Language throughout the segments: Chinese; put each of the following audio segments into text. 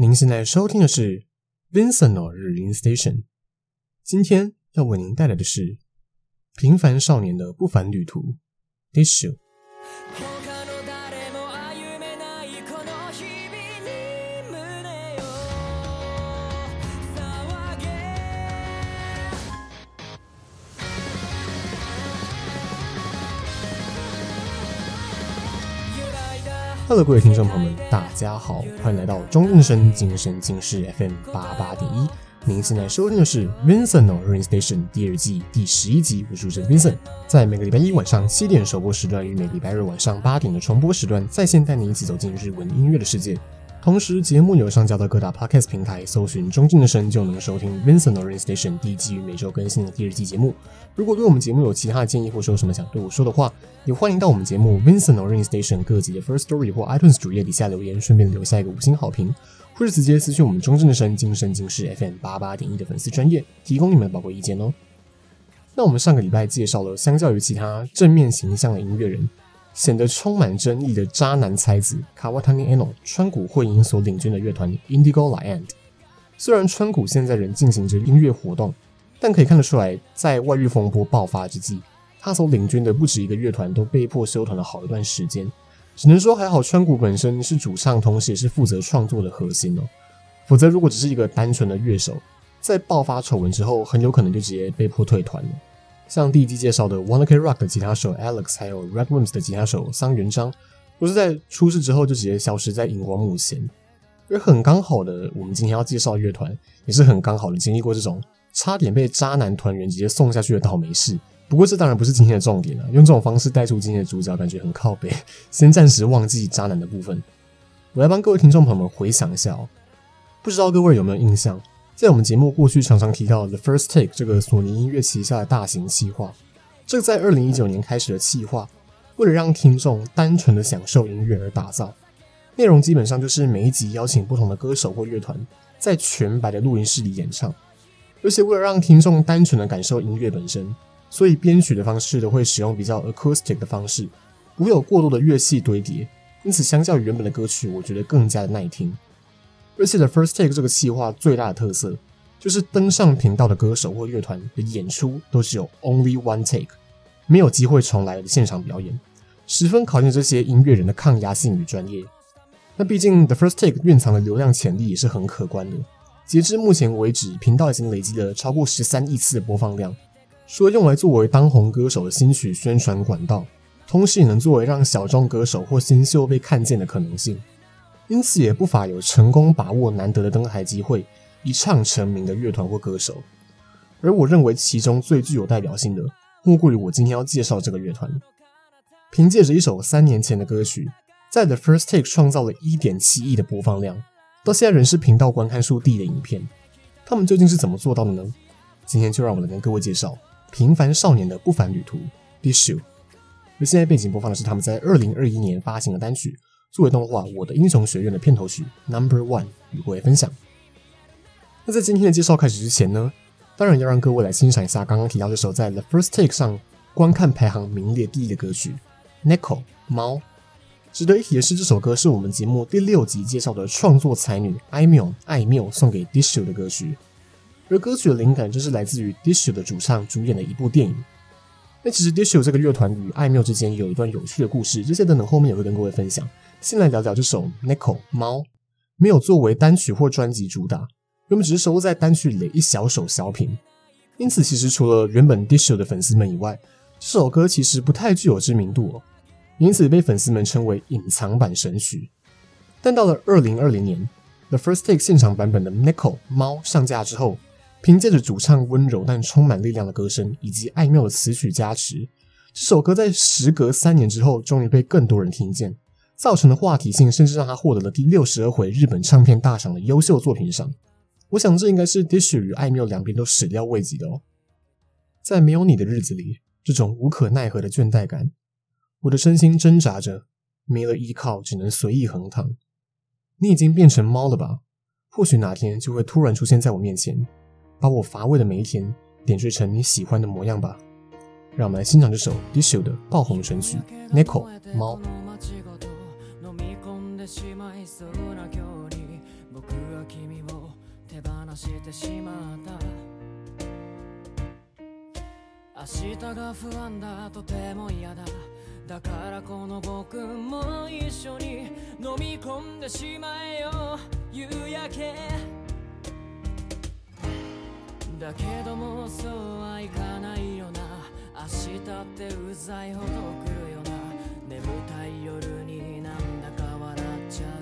您现在收听的是 Vincent の日音 Station， 今天要为您带来的是平凡少年的不凡旅途 Disshu。Hello， 各位听众朋友们，大家好，欢迎来到中正生精神警示 FM88.1。您现在收听的是 Vincent の日音 Station 第二季第11集，我是主持人 Vincent， 在每个礼拜一晚上7点首播时段与每个礼拜日晚上8点的重播时段，在线带您一起走进日文音乐的世界。同时，节目有上架到各大 Podcast 平台，搜寻中正的声就能收听 Vincent の日音 Station 第一季与每周更新的第二季节目。如果对我们节目有其他的建议，或是有什么想对我说的话，也欢迎到我们节目 Vincent の日音 Station 各集的 First Story 或 iTunes 主页底下留言，顺便留下一个5星好评，或是直接私讯我们中正的声精神警示 FM88.1 的粉丝专页，提供你们的宝贵意见哦。那我们上个礼拜介绍了相较于其他正面形象的音乐人，显得充满争议的渣男才子 Kawatani Eno 川谷惠音所领军的乐团 Indigo LaAnd。 虽然川谷现在仍进行着音乐活动，但可以看得出来，在外遇风波爆发之际，他所领军的不止一个乐团都被迫休团了好一段时间。只能说还好川谷本身是主唱，同时也是负责创作的核心哦。否则如果只是一个单纯的乐手，在爆发丑闻之后，很有可能就直接被迫退团了。像第一季介绍的 Wanna K Rock 的吉他手 Alex， 还有 Red Wimps 的吉他手桑原章，都是在出事之后就直接消失在荧光幕前。而很刚好的，我们今天要介绍的乐团也是很刚好的经历过这种差点被渣男团员直接送下去的倒霉事。不过这当然不是今天的重点啊，用这种方式带出今天的主角感觉很靠北，先暂时忘记渣男的部分。我来帮各位听众朋友们回想一下哦，不知道各位有没有印象，在我们节目过去常常提到 The First Take 这个索尼音乐旗下的大型企划，这个在2019年开始的企划，为了让听众单纯的享受音乐而打造，内容基本上就是每一集邀请不同的歌手或乐团在全白的录音室里演唱，而且为了让听众单纯的感受音乐本身，所以编曲的方式都会使用比较 acoustic 的方式，不会有过多的乐器堆叠，因此相较于原本的歌曲，我觉得更加的耐听。而且 The First Take 这个企划最大的特色，就是登上频道的歌手或乐团的演出都是有 only one take， 没有机会重来的现场表演，十分考验这些音乐人的抗压性与专业。那毕竟 The First Take 蕴藏的流量潜力也是很可观的，截至目前为止，频道已经累积了超过13亿次的播放量，除了用来作为当红歌手的新曲宣传管道，同时也能作为让小众歌手或新秀被看见的可能性。因此也不乏有成功把握难得的登台机会，一唱成名的乐团或歌手。而我认为其中最具有代表性的，莫过于我今天要介绍这个乐团。凭借着一首3年前的歌曲，在 The First Take 创造了 1.7 亿的播放量，到现在仍是频道观看数第一的影片。他们究竟是怎么做到的呢？今天就让我来跟各位介绍平凡少年的不凡旅途 Disshu。 而现在背景播放的是他们在2021年发行的单曲，作为动画《我的英雄学院》的片头曲 No.1 与各位分享。那在今天的介绍开始之前呢，当然要让各位来欣赏一下刚刚提到这首在 The First Take 上观看排行名列第一的歌曲 Neko 猫。值得一提的是，这首歌是我们节目第6集介绍的创作才女艾缪送给 Disshu 的歌曲，而歌曲的灵感就是来自于 Disshu 的主唱主演的一部电影。那其实 Disshu 这个乐团与艾缪之间有一段有趣的故事，这些等等后面也会跟各位分享。先来聊聊这首 Neko 猫，没有作为单曲或专辑主打，原本只是收录在单曲里的一小首小品，因此其实除了原本 Disshu 的粉丝们以外，这首歌其实不太具有知名度哦，因此被粉丝们称为隐藏版神曲。但到了2020年 The First Take 现场版本的 Neko 猫上架之后，凭借着主唱温柔但充满力量的歌声以及艾缪的词曲加持，这首歌在时隔3年之后终于被更多人听见，造成的话题性甚至让他获得了第62回日本唱片大赏的优秀作品赏。我想这应该是 Disshu 与艾缪两边都始料未及的哦。在没有你的日子里，这种无可奈何的倦怠感，我的身心挣扎着，没了依靠，只能随意横躺。你已经变成猫了吧？或许哪天就会突然出现在我面前，把我乏味的每一天点缀成你喜欢的模样吧。让我们来欣赏这首 Disshu 的爆红神曲 Neko 猫。 してしまった明日が不安だとても嫌だだからこの僕も一緒に飲み込んでしまえよ夕焼けだけどもそうはいかないよな明日ってうざいほど来るよな眠たい夜になんだか笑っちゃ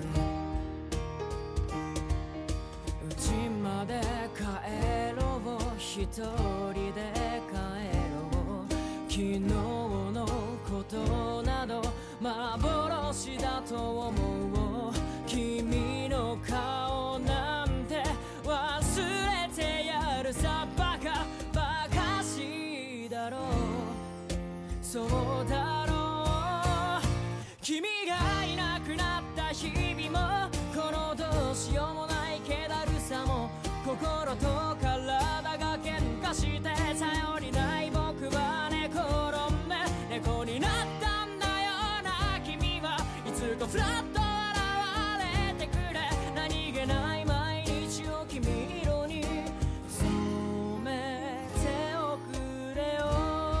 う家まで帰ろう一人で帰ろう昨日のことなど幻だと思う君の顔なんて忘れてやるさバカしだろうそうだろう君がいなくなった日々もこのどうしようもない気だるさも心と体が喧嘩して頼りない僕は寝転んで猫になったんだよな君はいつかフラッと現れてくれ何気ない毎日を君色に染めておくれよ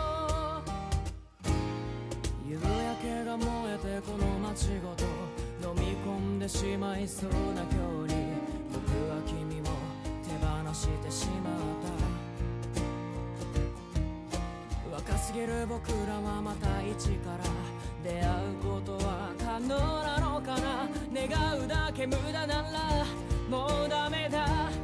夕焼けが燃えてこの街ごと飲み込んでしまいそうな距離僕は君を手放してしまった若すぎる僕らはまた一から出会うことは可能なのかな願うだけ無駄ならもうダメだ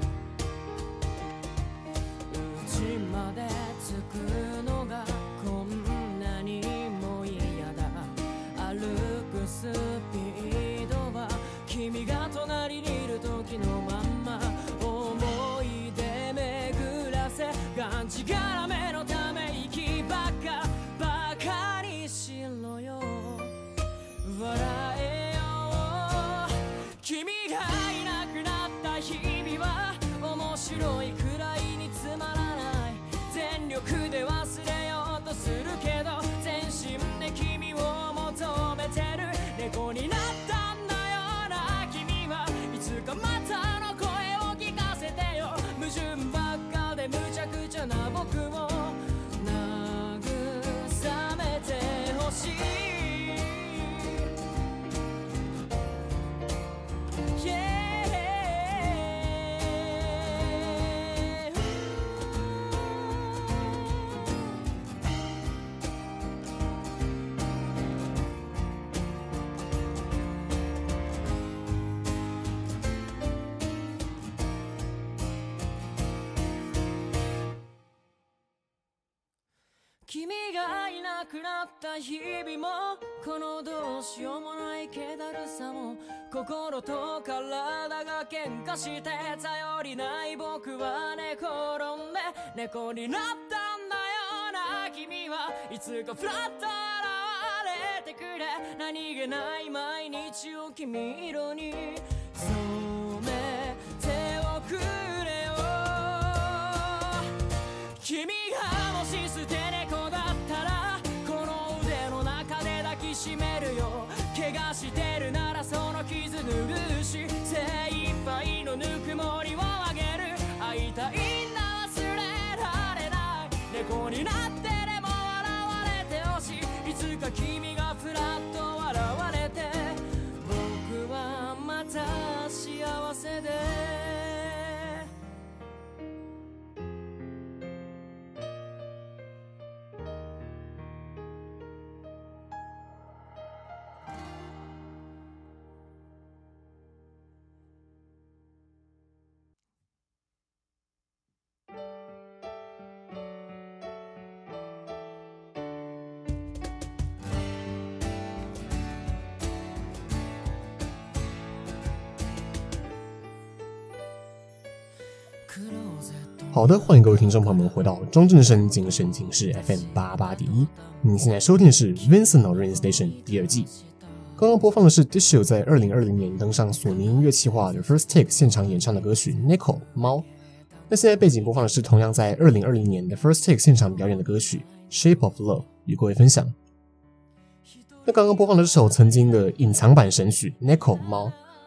家まで着くのがこんなにも嫌だ歩くスピードは君が隣にいる時のまんま思い出巡らせがんじがらめのため息ばかにしろよ笑えよ君がいなくなった日々は面白いくらいにつまらない全力で忘れようとするけど全身で君を求めてる猫になったんだよな君はいつかまたの声を聞かせてよ矛盾ばっかで無茶苦茶な僕を慰めてほしい君がいなくなった日々もこのどうしようもない気だるさも心と体が喧嘩して頼りない僕は寝転んで猫になったんだよな君はいつかフラッと現れてくれ何気ない毎日を君色に染めておくれよ君がもし捨て猫だったらこの腕の中で抱きしめるよ怪我してるならその傷拭うし精一杯のぬくもりをあげる会いたいんだ忘れられない猫になってでも笑われてほしいいつか君がふらっと笑われて僕はまた幸せで好的，欢迎各位听众朋友们回到中正声精神警示 FM88.1。您现在收听的是 Vincent of Rain Station 第二季。刚刚播放的是 Dishio 在2020年登上索尼音乐企划的 First Take 现场演唱的歌曲 Neko 猫。那现在背景播放的是同样在2020年的 First Take 现场表演的歌曲 Shape of Love， 与各位分享。那刚刚播放的这首曾经的隐藏版神曲 Neko 猫，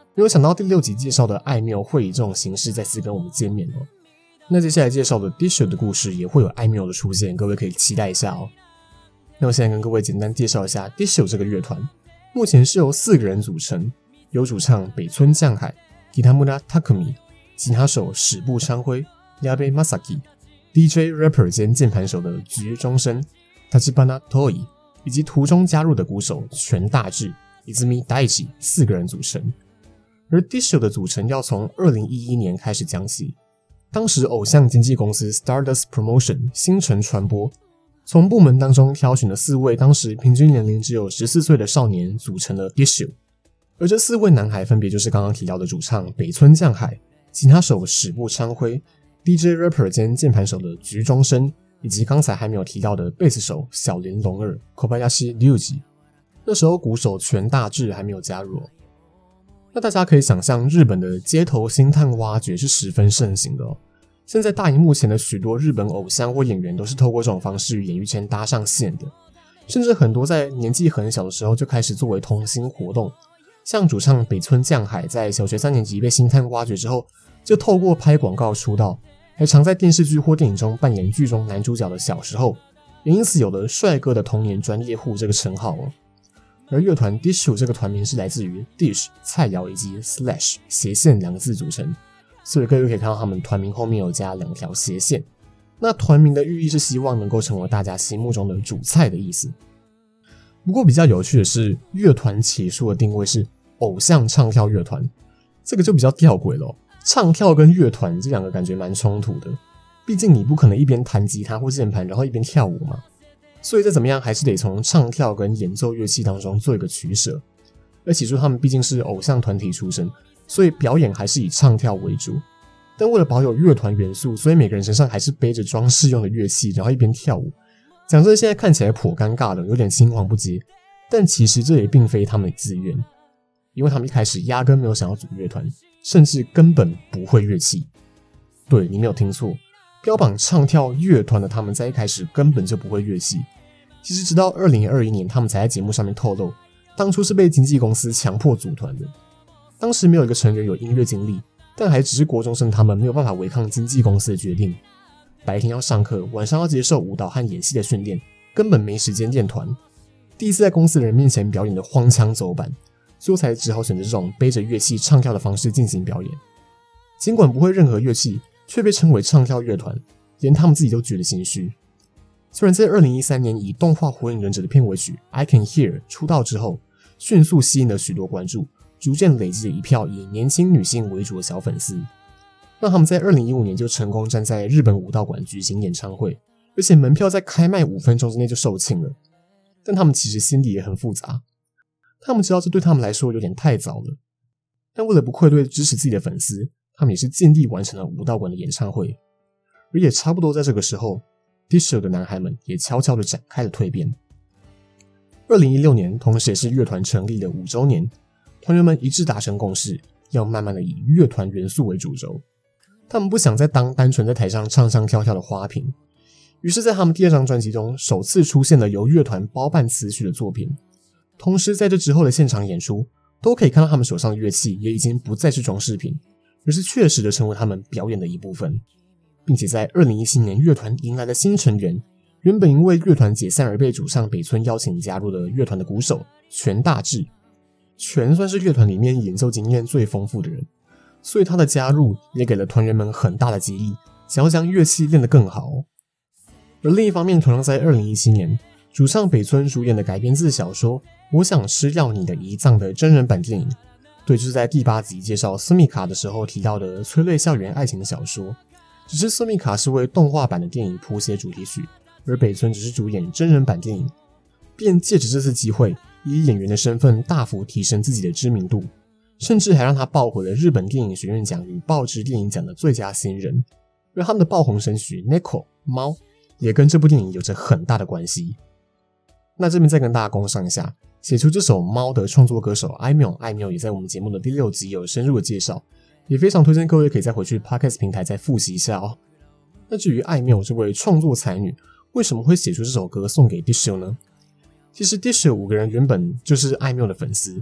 没有想到第6集介绍的爱缪会以这种形式再次跟我们见面哦。那接下来介绍的 Disho 的故事也会有爱缪的出现，各位可以期待一下哦。那我现在跟各位简单介绍一下 Disho 这个乐团，目前是由4个人组成，有主唱北村匠海、Kitamura Takumi、吉他手矢部昌辉、Yabe Masaki、DJ rapper 兼键盘手的菊中生、Tachibana Toi 以及途中加入的鼓手全大志、Izumi Daichi 4个人组成。而 Disho 的组成要从2011年开始讲起，当时偶像经纪公司 Stardust Promotion 星辰传播从部门当中挑选了4位当时平均年龄只有14岁的少年组成了 Disho， 而这4位男孩分别就是刚刚提到的主唱北村匠海、吉他手矢部昌辉、DJ rapper 兼键盘手的菊中生，以及刚才还没有提到的贝斯手小林龙二 Kobayashi Ryuji。 那时候鼓手全大志还没有加入哦。那大家可以想象日本的街头星探挖掘是十分盛行的哦。现在大荧幕前的许多日本偶像或演员都是透过这种方式与演艺圈搭上线的，甚至很多在年纪很小的时候就开始作为童星活动。像主唱北村匠海在小学3年级被星探挖掘之后，就透过拍广告出道，还常在电视剧或电影中扮演剧中男主角的小时候，也因此有了帅哥的童年专业户这个称号哦。而乐团 Disho 这个团名是来自于 Dish 菜肴以及 Slash 斜线2个字组成，所以各位可以看到他们团名后面有加2条斜线。那团名的寓意是希望能够成为大家心目中的主菜的意思。不过比较有趣的是，乐团起初的定位是偶像唱跳乐团，这个就比较吊诡了哦。唱跳跟乐团这2个感觉蛮冲突的，毕竟你不可能一边弹吉他或键盘然后一边跳舞嘛，所以再怎么样还是得从唱跳跟演奏乐器当中做一个取舍。而起初他们毕竟是偶像团体出身，所以表演还是以唱跳为主，但为了保有乐团元素，所以每个人身上还是背着装饰用的乐器，然后一边跳舞。讲真，现在看起来颇尴尬的，有点青黄不接，但其实这也并非他们的自愿，因为他们一开始压根没有想要组乐团，甚至根本不会乐器。对，你没有听错，标榜唱跳乐团的他们在一开始根本就不会乐器。其实直到2021年，他们才在节目上面透露，当初是被经纪公司强迫组团的。当时没有一个成员有音乐经历，但还只是国中生，他们没有办法违抗经纪公司的决定。白天要上课，晚上要接受舞蹈和演戏的训练，根本没时间练团。第一次在公司的人面前表演的荒腔走板，最后才只好选择这种背着乐器唱跳的方式进行表演。尽管不会任何乐器，却被称为唱跳乐团，连他们自己都觉得心虚。虽然在2013年以动画《火影忍者》的片尾曲 I Can Hear 出道之后，迅速吸引了许多关注，逐渐累积了一票以年轻女性为主的小粉丝，让他们在2015年就成功站在日本武道馆举行演唱会，而且门票在开卖5分钟之内就售罄了。但他们其实心里也很复杂，他们知道这对他们来说有点太早了，但为了不愧对支持自己的粉丝，他们也是尽力完成了武道馆的演唱会。而也差不多在这个时候， Disho 的男孩们也悄悄地展开了蜕变。2016年同时也是乐团成立的5周年，团员们一致达成共识，要慢慢的以乐团元素为主轴。他们不想再当单纯在台上唱唱跳跳的花瓶，于是在他们第2张专辑中首次出现了由乐团包办词曲的作品。同时在这之后的现场演出，都可以看到他们手上的乐器也已经不再是装饰品，而是确实的成为他们表演的一部分。并且在2017年乐团迎来了新成员，原本因为乐团解散而被主唱北村邀请加入了乐团的鼓手全大志。全算是乐团里面演奏经验最丰富的人，所以他的加入也给了团员们很大的激励，想要将乐器练得更好。而另一方面，同样在2017年，主唱北村主演的改编自小说《我想吃掉你的胰脏》的真人版电影，对，就是在第8集介绍斯密卡的时候提到的催泪校园爱情小说，只是斯密卡是为动画版的电影谱写主题曲，而北村只是主演真人版电影，便借着这次机会以演员的身份大幅提升自己的知名度，甚至还让他抱回了日本电影学院奖与报之电影奖的最佳新人。而他们的爆红神曲 Neko 猫也跟这部电影有着很大的关系。那这边再跟大家工商一下，写出这首猫的创作歌手爱缪也在我们节目的第6集有深入的介绍，也非常推荐各位可以再回去 Podcast 平台再复习一下哦。那至于爱缪这位创作才女为什么会写出这首歌送给 Disho 呢？其实 Disho 5个人原本就是爱缪的粉丝，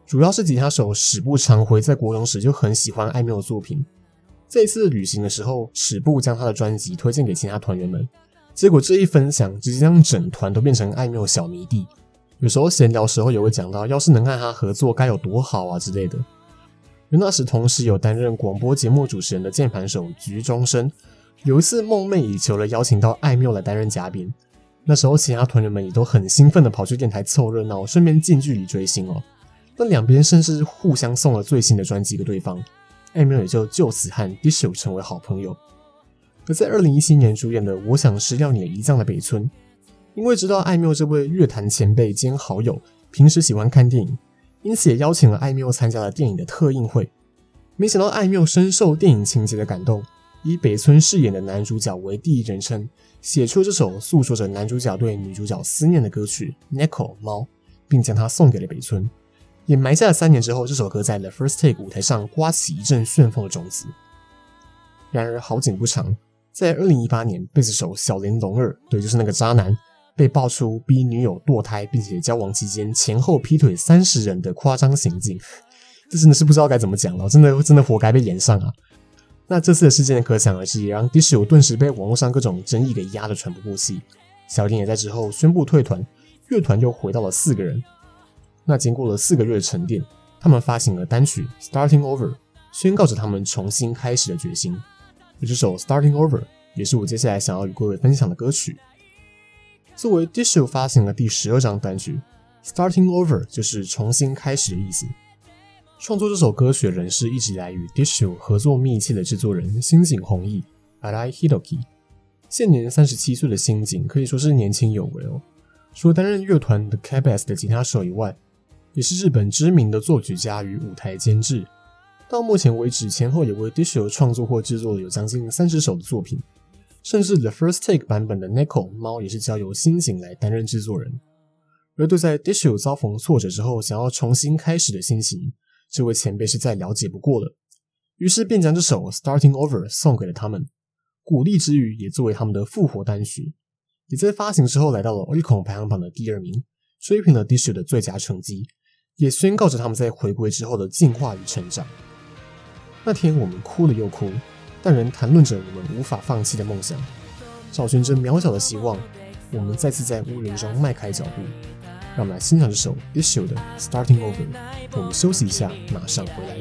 主要是吉他手矢部长辉在国中时就很喜欢爱繆的作品。这一次旅行的时候，矢部将他的专辑推荐给其他团员们，结果这一分享直接让整团都变成爱繆小迷弟。有时候闲聊时候也会讲到，要是能和他合作该有多好啊之类的。而那时同时有担任广播节目主持人的键盘手菊中生，有一次梦寐以求的邀请到爱繆来担任嘉宾。那时候其他团员们也都很兴奋的跑去电台凑热闹，顺便近距离追星哦。那两边甚至互相送了最新的专辑给对方，爱繆也就此和 Dishio 成为好朋友。而在2017年主演的《我想吃掉你的胰脏》的北村，因为知道爱繆这位乐坛前辈兼好友平时喜欢看电影，因此也邀请了爱繆参加了电影的特映会。没想到爱繆深受电影情节的感动，以北村饰演的男主角为第一人称，写出这首诉说着男主角对女主角思念的歌曲 Neko 猫，并将它送给了北村，也埋下了3年之后这首歌在 The First Take 舞台上刮起一阵旋风的种子。然而好景不长，在2018年，贝斯手小林龙二，对，就是那个渣男，被爆出逼女友堕胎，并且交往期间前后劈腿30人的夸张行径，这真的是不知道该怎么讲了，真的活该被演上啊！那这次的事件可想而知，也让 Dishio 顿时被网络上各种争议给压得喘不过气。小林也在之后宣布退团，乐团又回到了4个人。那经过了4个月的沉淀，他们发行了单曲 Starting Over， 宣告着他们重新开始的决心。而这首 Starting Over 也是我接下来想要与各位分享的歌曲。作为 Dishio 发行的第12张单曲， Starting Over 就是重新开始的意思。创作这首歌曲的人是一直以来与 Dishio 合作密切的制作人新井弘毅 Arai Hidoki。 现年37岁的新井可以说是年轻有为哦，除了担任乐团 The Cabbass 的吉他手以外，也是日本知名的作曲家与舞台监制。到目前为止，前后也为 Dishio 创作或制作了有将近30首的作品，甚至 The First Take 版本的 Neko 猫也是交由新井来担任制作人。而对在 Dishio 遭逢挫折之后想要重新开始的心情，这位前辈是再了解不过了，于是便将这首 Starting Over 送给了他们，鼓励之余也作为他们的复活单曲，也在发行之后来到了 Oricon 排行榜的第2名，追平了 Dishio 的最佳成绩，也宣告着他们在回归之后的进化与成长。那天我们哭了又哭，但仍谈论着我们无法放弃的梦想，找寻着渺小的希望，我们再次在乌云中迈开脚步。让我们来欣赏这首 Dishio 的 Starting Over。 我们休息一下，马上回来。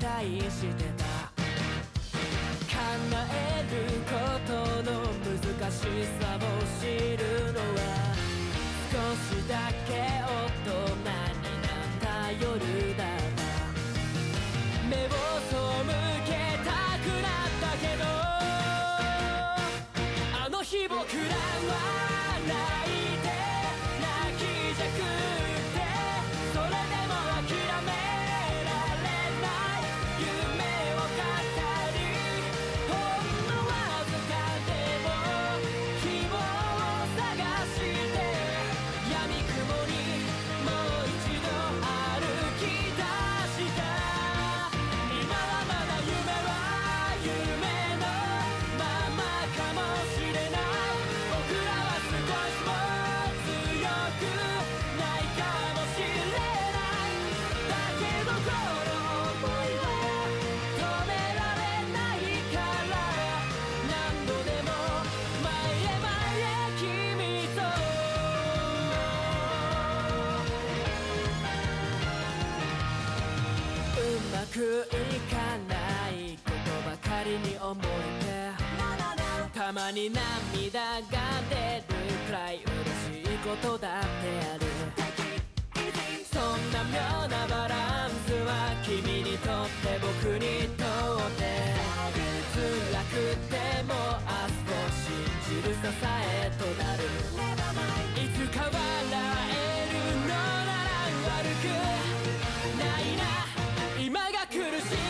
くいかないことばかりに思えて、たまに涙が出るくらい嬉しいことだってある。そんな妙なバランスは君にとって僕にとって辛くても明日を信じる支えとなる。いつか笑えるのなら悪くないな。今が苦しくて苦しくて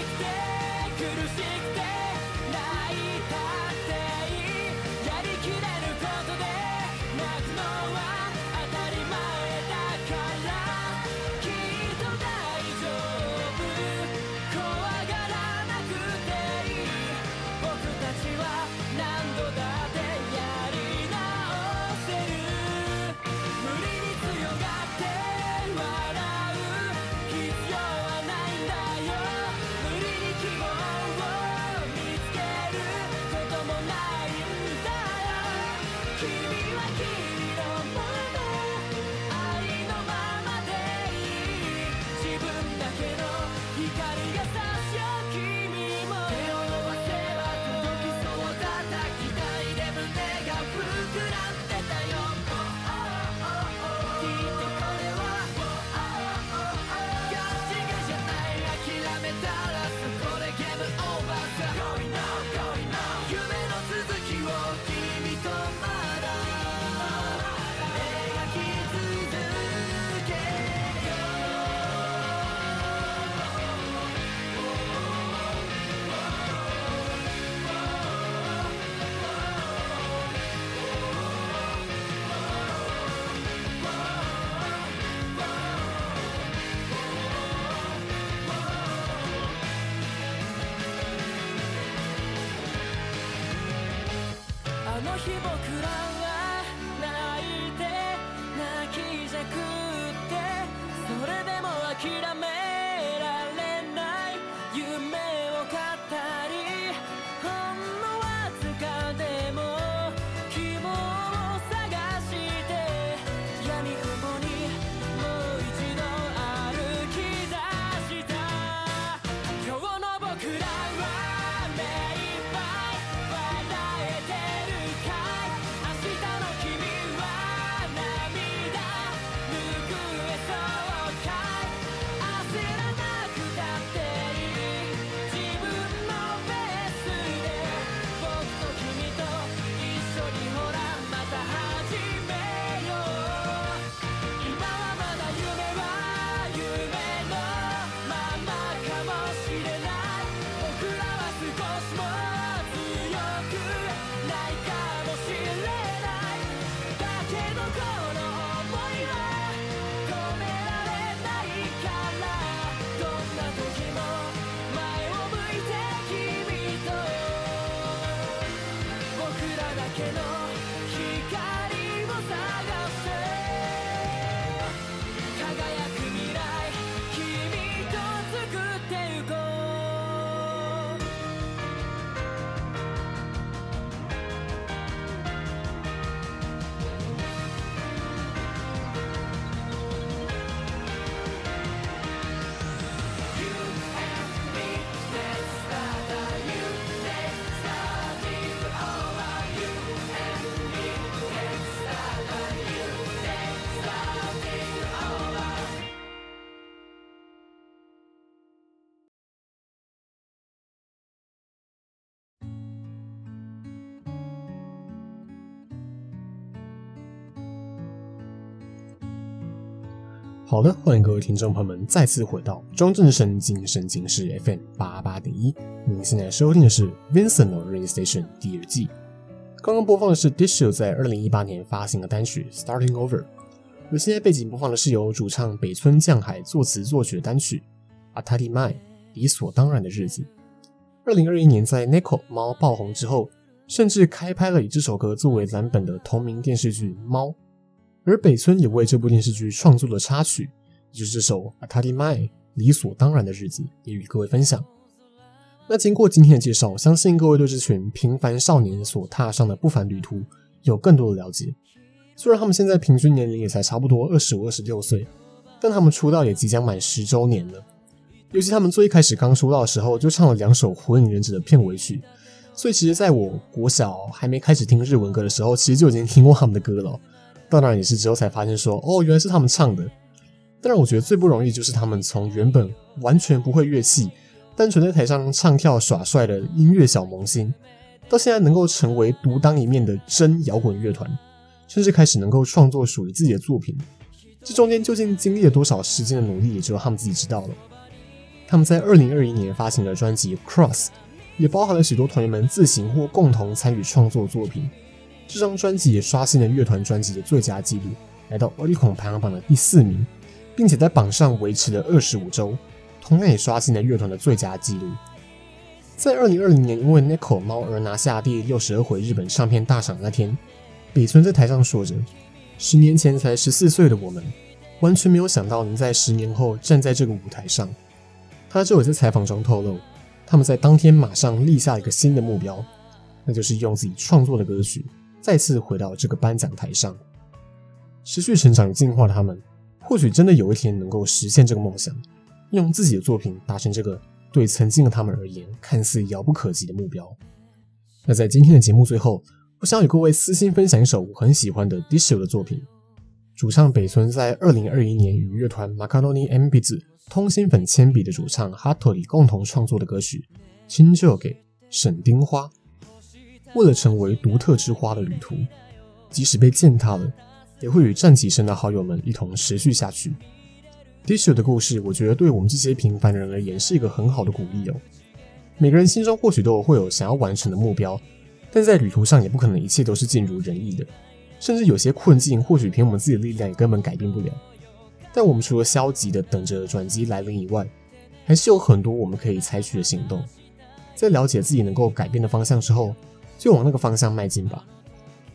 泣いたっていい。やりきれることで泣くのは当たり前だからきっと大丈夫。怖がらなくていい。僕たちは何度だってやり直せる。無理に強がって笑う必要の日僕らは泣いて泣きじゃくってそれでも諦められない夢を語りほんのわずかでも希望を探して闇雲にもう一度歩き出した今日の僕らは目いっぱい笑えてるかい明日の君は涙拭えそうかい焦らなくたっていい自分のペースで僕と君と一緒にほらまた始めよう今はまだ夢は夢のままかもしれない僕らは少しも強くないかもしれないだけどこの想いは止められないからどんな時も前を向いて君と僕らだけの光を探して輝く未来君と作ってゆこう好的，欢迎各位听众朋友们再次回到中正神经神经室 FM88.1，您现在收听的是 Vincent of Rain Station 第二季。刚刚播放的是 Dishio 在2018年发行的单曲 Starting Over， 而现在背景播放的是由主唱北村匠海作词作曲的单曲 Atari Mai 理所当然的日子。2021年在 Neko 猫爆红之后，甚至开拍了以这首歌作为蓝本的同名电视剧猫，而北村也为这部电视剧创作了插曲，也就是这首 Atari Mai 理所当然的日子，也与各位分享。那经过今天的介绍，相信各位对这群平凡少年所踏上的不凡旅途有更多的了解。虽然他们现在平均年龄也才差不多25、26岁，但他们出道也即将满10周年了。尤其他们最一开始刚出道的时候就唱了2首《火影忍者》的片尾曲，所以其实在我国小还没开始听日文歌的时候，其实就已经听过他们的歌了。当然也是之后才发现说，原来是他们唱的。当然我觉得最不容易就是他们从原本完全不会乐器，单纯在台上唱跳耍帅的音乐小萌新，到现在能够成为独当一面的真摇滚乐团，甚至开始能够创作属于自己的作品。这中间究竟经历了多少时间的努力，也只有他们自己知道了。他们在2021年发行的专辑 Cross 也包含了许多团员们自行或共同参与创作作品。这张专辑也刷新了乐团专辑的最佳纪录，来到 Oricon 排行榜的第4名，并且在榜上维持了25周，同样也刷新了乐团的最佳纪录。在2020年因为 Neko 猫而拿下第62回日本唱片大赏那天，北村在台上说着，10年前才14岁的我们，完全没有想到能在10年后站在这个舞台上。他之后也在采访中透露，他们在当天马上立下一个新的目标，那就是用自己创作的歌曲再次回到这个颁奖台上。持续成长与进化的他们，或许真的有一天能够实现这个梦想，用自己的作品达成这个对曾经的他们而言看似遥不可及的目标。那在今天的节目最后，我想与各位私心分享一首我很喜欢的 Dishio 的作品。主唱北村在2021年与乐团 Macaroni Enpitsu 通心粉铅笔的主唱 Hattori 共同创作的歌曲亲就给沈丁花。为了成为独特之花的旅途，即使被践踏了，也会与站起身的好友们一同持续下去。Dishio 的故事，我觉得对我们这些平凡人而言是一个很好的鼓励哦。每个人心中或许都会有想要完成的目标，但在旅途上也不可能一切都是尽如人意的，甚至有些困境或许凭我们自己的力量也根本改变不了。但我们除了消极的等着转机来临以外，还是有很多我们可以采取的行动。在了解自己能够改变的方向之后，就往那个方向迈进吧。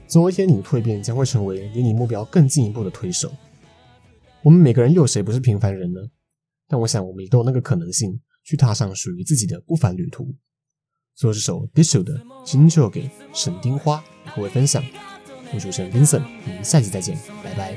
总有一天你的蜕变将会成为离你目标更进一步的推手。我们每个人又有谁不是平凡人呢？但我想我们也都有那个可能性去踏上属于自己的不凡旅途。最后这首 Disho 的金就给沈丁花与各位分享。我是主持人 Vincent， 我们下期再见，拜拜。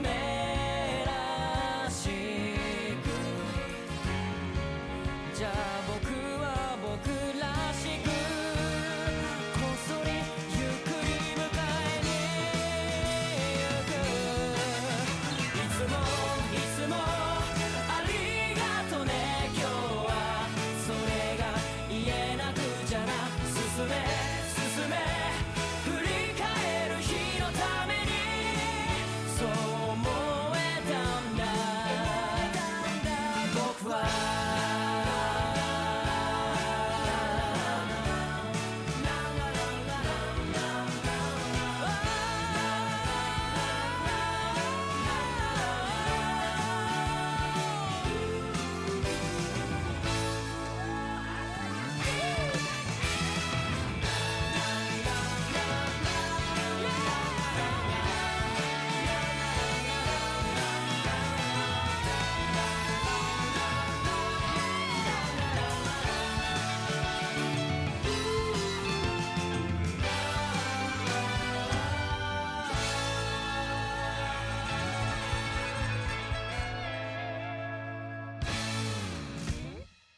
じゃあ